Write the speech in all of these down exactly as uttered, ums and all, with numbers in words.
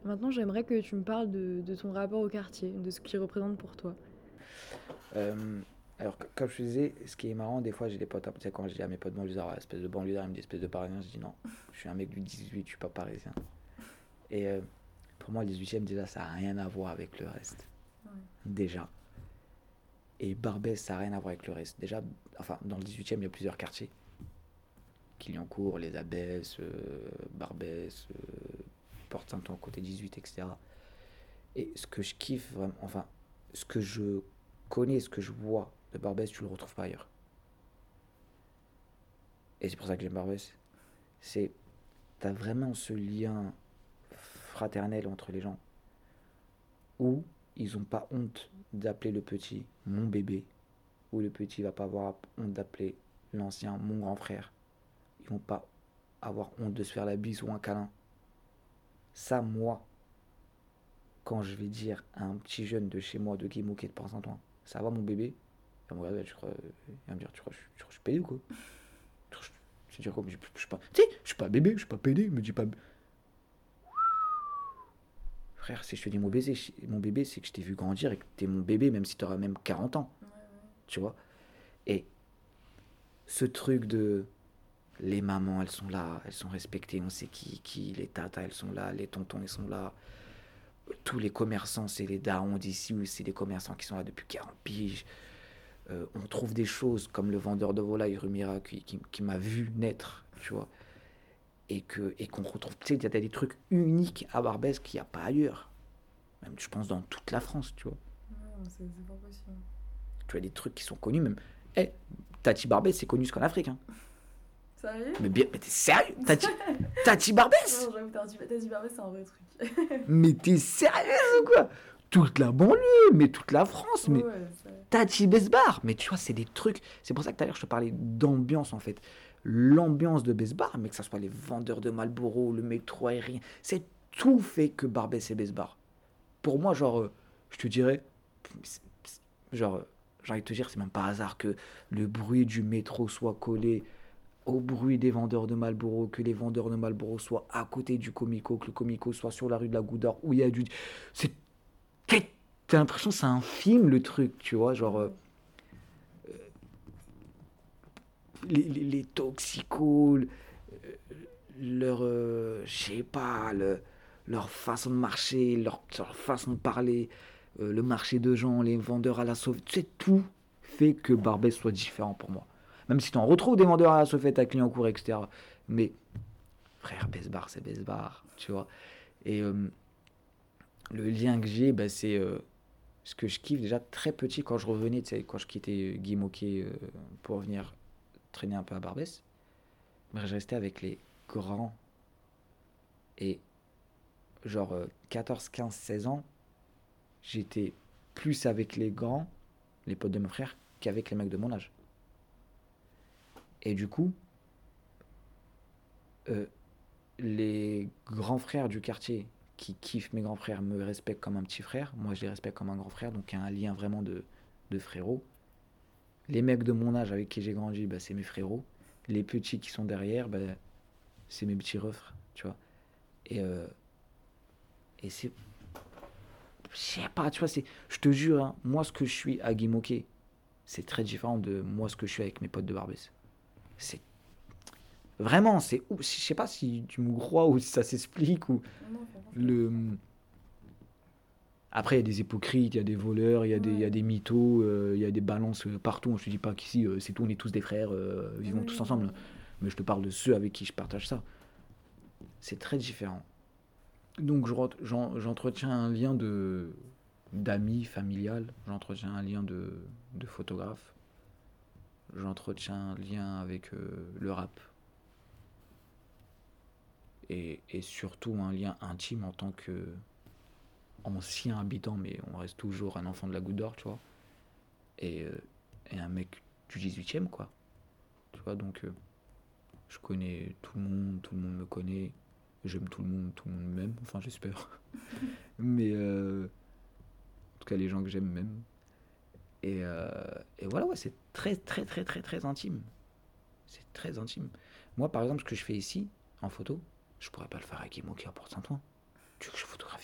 Maintenant, j'aimerais que tu me parles de, de ton rapport au quartier, de ce qu'il représente pour toi. Euh, alors, c- comme je te disais, ce qui est marrant, des fois, j'ai des potes, tu sais, quand je dis à mes potes banlieusards, ah, espèce de banlieusard, ils me disent espèce de parisien, je dis non, je suis un mec du dix-huit, je suis pas parisien. Et euh, pour moi, le dix-huitième, déjà, ça a rien à voir avec le reste. Ouais. Déjà. Et Barbès, ça a rien à voir avec le reste. Déjà, enfin, dans le dix-huitième, il y a plusieurs quartiers. Clignancourt, les Abbesses, euh, Barbès, euh, Porte-Saint-Ouen, côté dix-huit, et cetera. Et ce que je kiffe vraiment, enfin, ce que je connais, ce que je vois de Barbès, tu le retrouves pas ailleurs. Et c'est pour ça que j'aime Barbès. C'est, t'as vraiment ce lien fraternel entre les gens où ils ont pas honte d'appeler le petit mon bébé, où le petit va pas avoir honte d'appeler l'ancien mon grand frère. Ils vont pas avoir honte de se faire la bise ou un câlin. Ça, moi, quand je vais dire à un petit jeune de chez moi, de Guimauque qui est de Port-Saint-Ouen, ça va mon bébé, il va me regarder, tu crois, il va me dire, tu crois, tu crois que je suis pédé ou quoi? Tu crois que je- je dire quoi? Je, je suis pas, tu sais, je suis pas bébé, je suis pas pédé, me dis pas. Frère, si je te dis mon bébé, mon bébé, c'est que je t'ai vu grandir et que t'es mon bébé, même si t'auras même quarante ans, Ouais, ouais. tu vois. Et ce truc de les mamans, elles sont là, elles sont respectées, on sait qui, qui, les tatas, elles sont là, les tontons, ils sont là. Tous les commerçants, c'est les darons d'ici, ou c'est les commerçants qui sont là depuis quarante piges. Euh, on trouve des choses comme le vendeur de volaille Rumira qui, qui, qui m'a vu naître, tu vois. Et, que, et qu'on retrouve, tu sais, il y a des trucs uniques à Barbès qu'il n'y a pas ailleurs. Même, je pense, dans toute la France, tu vois. Ouais, c'est c'est pas possible. Tu vois, des trucs qui sont connus, même. Eh, hey, Tati Barbès, c'est connu jusqu'en Afrique, hein. Sérieux? Mais, bien, mais t'es sérieux? Tati, Tati Barbès? Non, j'avoue, t'as dit, t'as dit Barbès, c'est un vrai truc. Mais t'es sérieux ou quoi? Toute la banlieue, mais toute la France, Ouais, mais ouais, ça. Tati Besbar. Mais tu vois, c'est des trucs. C'est pour ça que tout à l'heure, je te parlais d'ambiance, en fait. L'ambiance de Besbar, mais que ça soit les vendeurs de Malboro, le métro aérien, c'est tout fait que Barbès et Besbar. Pour moi, genre, euh, je te dirais, genre, euh, j'ai envie de te dire, c'est même pas hasard que le bruit du métro soit collé au bruit des vendeurs de Malboro, que les vendeurs de Malboro soient à côté du Comico, que le Comico soit sur la rue de la Goutte d'Or, où il y a du. C'est. T'as l'impression que c'est un film, le truc, tu vois, genre. euh, Ouais. les, les, les toxicos, leur. Euh, je sais pas, le- leur façon de marcher, leur, leur façon de parler, euh, le marché de gens, les vendeurs à la sauvette, tu sais, tout fait que Barbès soit différent pour moi. Même si tu en retrouves des vendeurs à la sauvette à Clignancourt, et cetera. Mais, frère, Besbar, c'est Besbar, tu vois. Et euh, le lien que j'ai, bah, c'est euh, ce que je kiffe déjà très petit quand je revenais, tu sais, quand je quittais Guy Moquet euh, pour venir traîner un peu à Barbès. Mais je restais avec les grands. Et genre euh, quatorze, quinze, seize ans, j'étais plus avec les grands, les potes de mon frère, qu'avec les mecs de mon âge. Et du coup, euh, les grands frères du quartier qui kiffent mes grands frères me respectent comme un petit frère. Moi, je les respecte comme un grand frère. Donc, il y a un lien vraiment de, de frérot. Les mecs de mon âge avec qui j'ai grandi, bah, c'est mes frérots. Les petits qui sont derrière, bah, c'est mes petits refs, tu vois. Et, euh, et c'est. Je sais pas, tu vois, c'est. Je te jure, hein, moi, ce que je suis à Guimauquet, c'est très différent de moi, ce que je suis avec mes potes de Barbès. C'est. Vraiment, c'est. Je sais pas si tu me crois ou si ça s'explique ou. Non, non, franchement, je Le. comprends. Après, il y a des hypocrites, il y a des voleurs, il y a des, il y a Ouais. des mythos, euh, il y a des balances euh, partout. Je te dis pas qu'ici, euh, c'est tout, on est tous des frères, euh, vivons tous Oui, ensemble. non. Mais je te parle de ceux avec qui je partage ça. C'est très différent. Donc, je re- j'en- j'entretiens un lien de d'amis familial, j'entretiens un lien de, de photographe, j'entretiens un lien avec euh, le rap et, et surtout un lien intime en tant que ancien habitant, mais on reste toujours un enfant de la Goutte d'Or, tu vois, et, euh, et un mec du dix-huitième, quoi. Tu vois, donc euh, je connais tout le monde, tout le monde me connaît, j'aime tout le monde, tout le monde m'aime, enfin j'espère. Mais euh, en tout cas, les gens que j'aime m'aiment. Et, euh, et voilà, ouais, c'est très, très, très, très, très intime. C'est très intime. Moi, par exemple, ce que je fais ici, en photo, je pourrais pas le faire avec Imo qui apporte Saint-Ouen. Tu veux que je photographie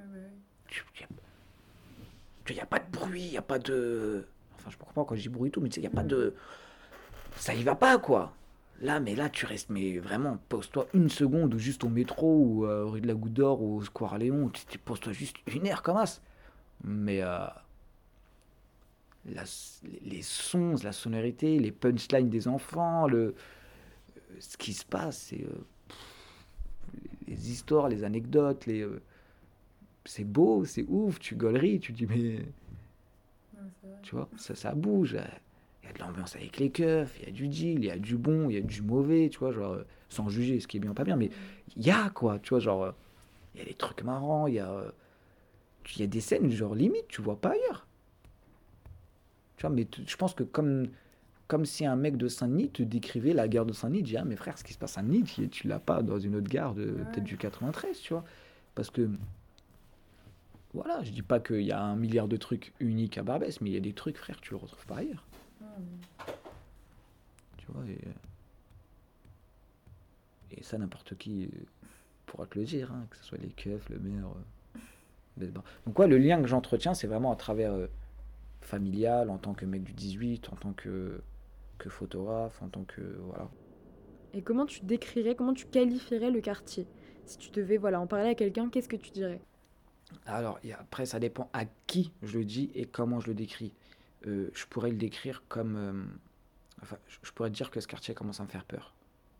Ah bah oui. Tu il n'y a pas de bruit, il n'y a pas de... Enfin, je comprends quand je dis bruit et tout, mais tu sais, il n'y a pas de... Ça y va pas, quoi. Là, mais là, tu restes, mais vraiment, pose-toi une seconde, ou juste au métro, ou euh, au rue de la Goutte d'Or, ou au Square Léon, tu, tu poses-toi juste une heure comme ça. Mais euh, la- les sons, la sonorité, les punchlines des enfants, le, ce qui se passe, c'est euh, les histoires, les anecdotes, les, euh, c'est beau, c'est ouf, tu gauleries, tu dis, mais Ouais, c'est vrai. tu vois, ça, ça bouge. Il y a de l'ambiance avec les keufs, il y a du deal, il y a du bon, il y a du mauvais, tu vois, genre, euh, sans juger ce qui est bien ou pas bien, mais il y a quoi, tu vois, genre, euh, il y a des trucs marrants, il y a, euh, il y a des scènes, genre, limite, tu vois pas ailleurs. Tu vois, mais t- je pense que comme, comme si un mec de Saint-Denis te décrivait la gare de Saint-Denis, il dit, ah, mais frère, ce qui se passe à Saint-Denis, tu, tu l'as pas dans une autre gare, de, peut-être Ouais. du quatre-vingt-treize, tu vois. Parce que, voilà, je dis pas qu'il y a un milliard de trucs uniques à Barbès, mais il y a des trucs, frère, tu le retrouves pas ailleurs. Hmm. Tu vois, et, et ça, n'importe qui euh, pourra te le dire, hein, que ce soit les keufs, le maire. euh, les bars. Donc, ouais, le lien que j'entretiens, c'est vraiment à travers euh, familial, en tant que mec du dix-huit, en tant que, que photographe, en tant que. Voilà. Et comment tu décrirais, comment tu qualifierais le quartier? Si tu devais voilà, en parler à quelqu'un, qu'est-ce que tu dirais? Alors, et après, ça dépend à qui je le dis et comment je le décris. Euh, je pourrais le décrire comme. euh, enfin, je je pourrais te dire que ce quartier commence à me faire peur.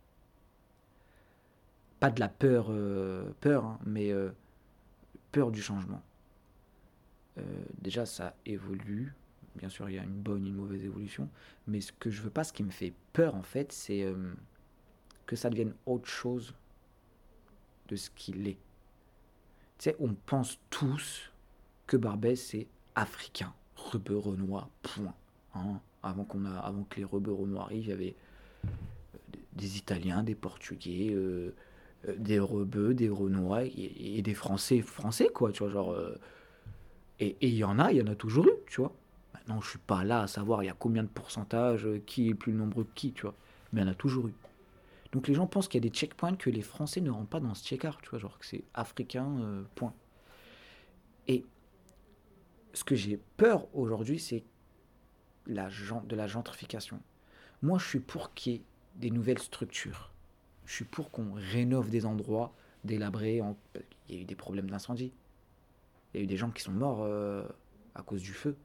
Pas de la peur, euh, peur, hein, mais euh, peur du changement. Euh, déjà, ça évolue. Bien sûr, il y a une bonne et une mauvaise évolution. Mais ce que je veux pas, ce qui me fait peur, en fait, c'est euh, que ça devienne autre chose de ce qu'il est. Tu sais, on pense tous que Barbès, c'est africain, rebeu renois, point. Hein. Avant, qu'on a, avant que les rebeux renois arrivent, il y avait des Italiens, des Portugais, euh, euh, des rebeux, des renois et, et des Français, français, quoi, tu vois, genre... euh, et il y en a, il y en a toujours eu, tu vois. Maintenant, je suis pas là à savoir il y a combien de pourcentage, euh, qui est plus nombreux que qui, tu vois. Mais il y en a toujours eu. Donc les gens pensent qu'il y a des checkpoints que les Français ne rentrent pas dans ce check-out, tu vois, genre que c'est africain, euh, point. Et ce que j'ai peur aujourd'hui, c'est la, de la gentrification. Moi, je suis pour qu'il y ait des nouvelles structures. Je suis pour qu'on rénove des endroits délabrés. En... Il y a eu des problèmes d'incendie. Il y a eu des gens qui sont morts euh, à cause du feu.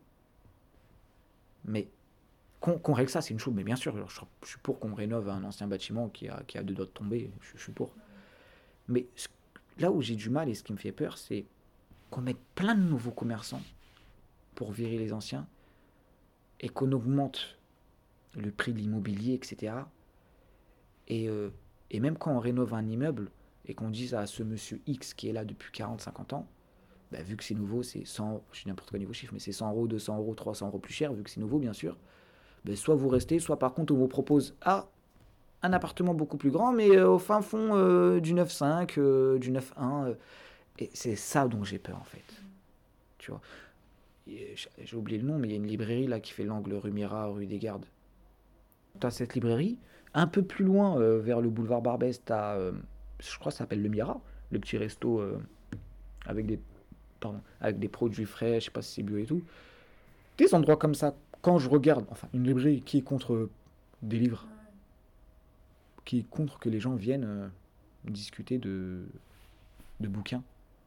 Mais qu'on qu'on règle ça, c'est une chose. Mais bien sûr, je, je suis pour qu'on rénove un ancien bâtiment qui a, qui a deux doigts de tomber. Je, je suis pour. Mais ce- là où j'ai du mal et ce qui me fait peur, c'est qu'on mette plein de nouveaux commerçants pour virer les anciens et qu'on augmente le prix de l'immobilier, et cetera. Et, euh, et même quand on rénove un immeuble et qu'on dise à ce monsieur X qui est là depuis quarante cinquante ans, bah, vu que c'est nouveau, c'est cent, je dis n'importe quoi niveau chiffre, mais c'est cent euros, deux cents euros, trois cents euros plus cher, vu que c'est nouveau, bien sûr. Bah, soit vous restez, soit par contre on vous propose ah, un appartement beaucoup plus grand, mais euh, au fin fond euh, du neuf cinq, euh, du neuf un. Euh, et c'est ça dont j'ai peur en fait. Tu vois. Et j'ai oublié le nom, mais il y a une librairie là qui fait l'angle rue Mira, rue des Gardes. Tu as cette librairie. Un peu plus loin, euh, vers le boulevard Barbès, tu as, euh, je crois que ça s'appelle le Mira, le petit resto euh, avec, des, pardon, avec des produits frais, je sais pas si c'est bio et tout. Des endroits comme ça, quand je regarde, enfin, une librairie qui est contre euh, des livres, qui est contre que les gens viennent euh, discuter de, de bouquins.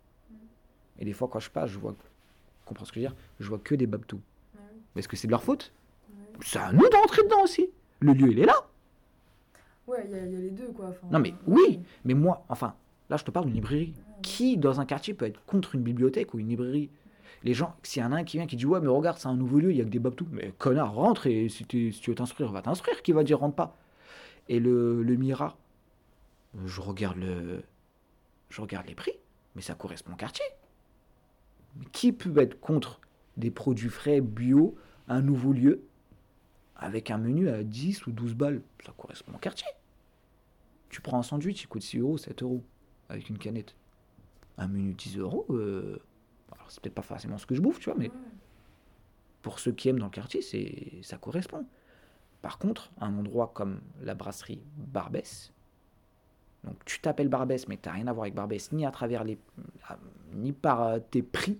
Et des fois, quand je passe, je vois, comprends ce que je veux dire, je vois que des babtous. Mais est-ce que c'est de leur faute? C'est à nous d'entrer dedans aussi. Le lieu, il est là. Ouais, il y, a y a les deux, quoi. Enfin, Non, mais oui, mais moi, enfin, là, je te parle d'une librairie. Qui, dans un quartier, peut être contre une bibliothèque ou une librairie? Les gens, s'il y en a un qui vient qui dit ouais, mais regarde, c'est un nouveau lieu, il y a que des babtous. Mais connard, rentre et si, t'es- si tu veux t'instruire, va t'instruire. Qui va dire rentre pas? Et le, le Mira, je regarde le, je regarde les prix, mais ça correspond au quartier. Mais qui peut être contre des produits frais, bio, un nouveau lieu, avec un menu à dix ou douze balles? Ça correspond au quartier. Tu prends un sandwich, il coûte six euros, sept euros, avec une canette. Un menu dix euros, euh, alors c'est peut-être pas forcément ce que je bouffe, tu vois, mais pour ceux qui aiment dans le quartier, c'est, ça correspond. Par contre, un endroit comme la brasserie Barbès, donc tu t'appelles Barbès, mais t'as rien à voir avec Barbès, ni à travers les, ni par euh, tes prix,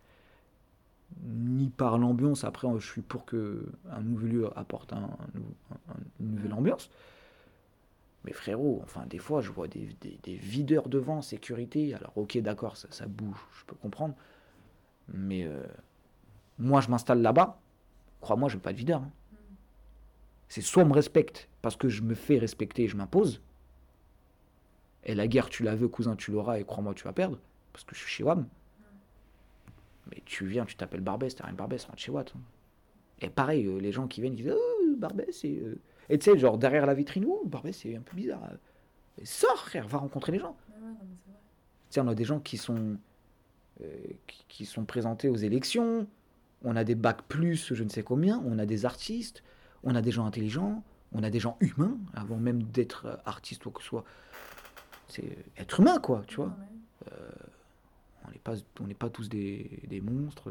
ni par l'ambiance. Après, je suis pour qu'un nouveau lieu apporte un, un, un, une nouvelle ambiance. Mais frérot, enfin, des fois, je vois des, des, des videurs devant, sécurité. Alors, ok, d'accord, ça, ça bouge, je peux comprendre. Mais euh, moi, je m'installe là-bas. Crois-moi, je n'ai pas de videur. Hein. C'est soit on me respecte parce que je me fais respecter et je m'impose. Et la guerre, tu la veux, cousin, tu l'auras. Et crois-moi, tu vas perdre. Parce que je suis chez W A M. Mais tu viens, tu t'appelles Barbès, t'as rien Barbès, rentre chez Watt. Et pareil, euh, les gens qui viennent, ils disent oh, Barbès, c'est. Euh... Et tu sais, genre derrière la vitrine, oh, Barbès, c'est un peu bizarre. Mais sors, frère, va rencontrer les gens. Ah ouais, non, mais c'est vrai. Tu sais, on a des gens qui sont, euh, qui, qui sont présentés aux élections. On a des bacs plus, je ne sais combien. On a des artistes. On a des gens intelligents. On a des gens humains, avant même d'être artiste ou que ce soit. C'est être humain, quoi, tu vois. Ouais. Euh, on n'est pas, on n'est pas tous des, des monstres.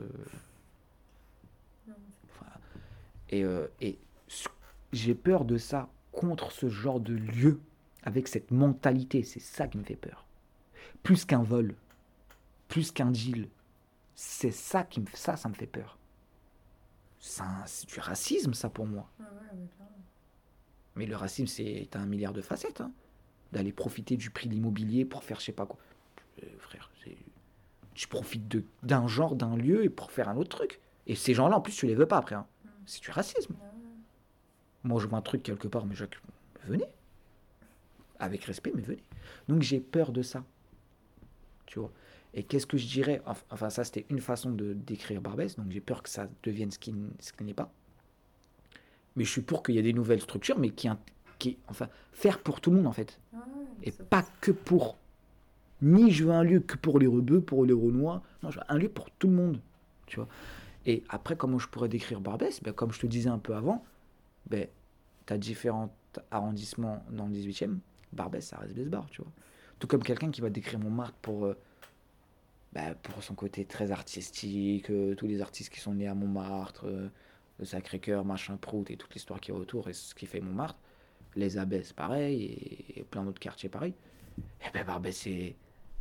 Enfin, et, euh, et j'ai peur de ça contre ce genre de lieu, avec cette mentalité. C'est ça qui me fait peur. Plus qu'un vol, plus qu'un deal. C'est ça qui me, ça, ça me fait peur. C'est, un, c'est du racisme, ça, pour moi. Ah ouais, mais, mais le racisme, c'est un milliard de facettes. Hein. D'aller profiter du prix de l'immobilier pour faire je sais pas quoi. Euh, frère, c'est... tu profites de, d'un genre, d'un lieu et pour faire un autre truc. Et ces gens-là, en plus, tu les veux pas après. Hein. Mm. C'est du racisme. Mm. Moi, je vois un truc quelque part, mais Jacques, venez. Avec respect, mais venez. Donc, j'ai peur de ça. Tu vois. Et qu'est-ce que je dirais? Enfin, ça, c'était une façon de décrire Barbès. Donc, j'ai peur que ça devienne ce qui, ce qui n'est pas. Mais je suis pour qu'il y ait des nouvelles structures, mais qui, qui enfin, faire pour tout le monde, en fait. Ah ouais, et pas que pour... Ni je veux un lieu que pour les rebeux, pour les renois. Non, je veux un lieu pour tout le monde. Tu vois. Et après, comment je pourrais décrire Barbès? Ben, comme je te disais un peu avant, ben, tu as différents arrondissements dans le dix-huitième. Barbès, ça reste Besbar, tu vois. Tout comme quelqu'un qui va décrire Montmartre pour, euh, ben, pour son côté très artistique, euh, tous les artistes qui sont nés à Montmartre, euh, le Sacré-Cœur, machin, Prout, et toute l'histoire qui est autour, et ce qui fait Montmartre. Les Abbesses, pareil, et, et plein d'autres quartiers, pareil. Et ben Barbès, c'est...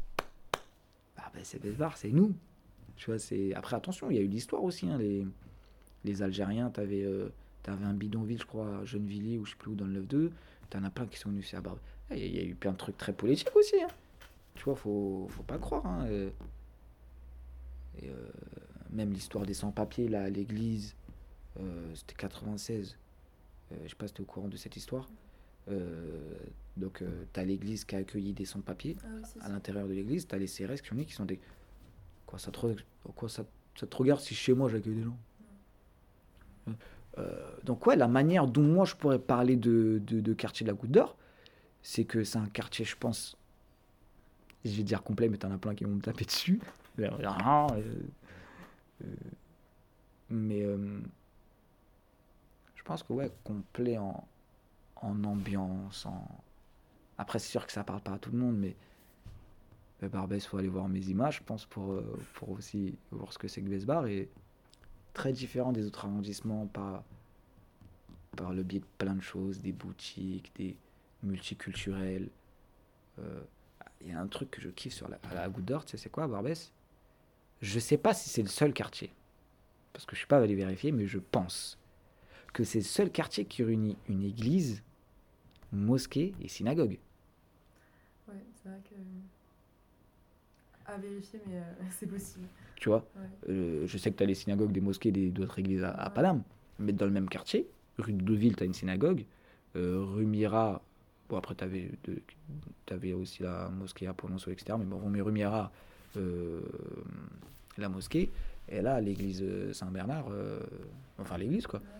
Barbès, c'est Besbar, c'est nous. Tu vois, c'est... Après, attention, il y a eu l'histoire aussi, hein, les... les Algériens, t'avais, euh, t'avais un bidonville, je crois, à Gennevilliers, ou je sais plus où, dans le neuf deux, t'en as plein qui sont venus à Barbès. Il y, y a eu plein de trucs très politiques aussi, hein. Tu vois, faut, faut pas croire, hein. Et, et euh, même l'histoire des sans-papiers, là, à l'église, euh, c'était quatre-vingt-seize, euh, je sais pas si t'es au courant de cette histoire. Euh, donc euh, t'as l'église qui a accueilli des sans-papiers, ah oui, à l'intérieur de l'église, t'as les C R S qui sont nés, qui sont des... Quoi, ça te, quoi, ça, ça te regarde si chez moi j'accueille des gens? Mm. euh, Donc ouais, la manière dont moi je pourrais parler de, de, de quartier de la Goutte d'Or, c'est que c'est un quartier, je pense, je vais dire complet, mais t'en as plein qui vont me taper dessus. Euh, euh, mais euh, je pense que ouais, complet en, en ambiance, en... Après c'est sûr que ça parle pas à tout le monde, mais ben, Barbès, faut aller voir mes images, je pense, pour, euh, pour aussi voir ce que c'est que Besbar, et très différent des autres arrondissements par, par le biais de plein de choses, des boutiques, des multiculturels. Il euh, y a un truc que je kiffe sur la, à la Goutte d'Or, tu sais c'est quoi, Barbès? Je sais pas si c'est le seul quartier, parce que je suis pas allé vérifier, mais je pense que c'est le seul quartier qui réunit une église, une mosquée et synagogue. Ouais, c'est vrai que... À vérifier, mais euh, c'est possible. Tu vois, ouais. euh, je sais que tu as les synagogues des mosquées des, d'autres églises à, à ouais. Paname, mais dans le même quartier, rue de Deauville, tu as une synagogue, euh, rue Mira, bon après tu avais aussi la mosquée à Polonceau, et cetera, mais bon, rue Mira, euh, la mosquée, et là l'église Saint-Bernard, euh, enfin l'église quoi. Ouais.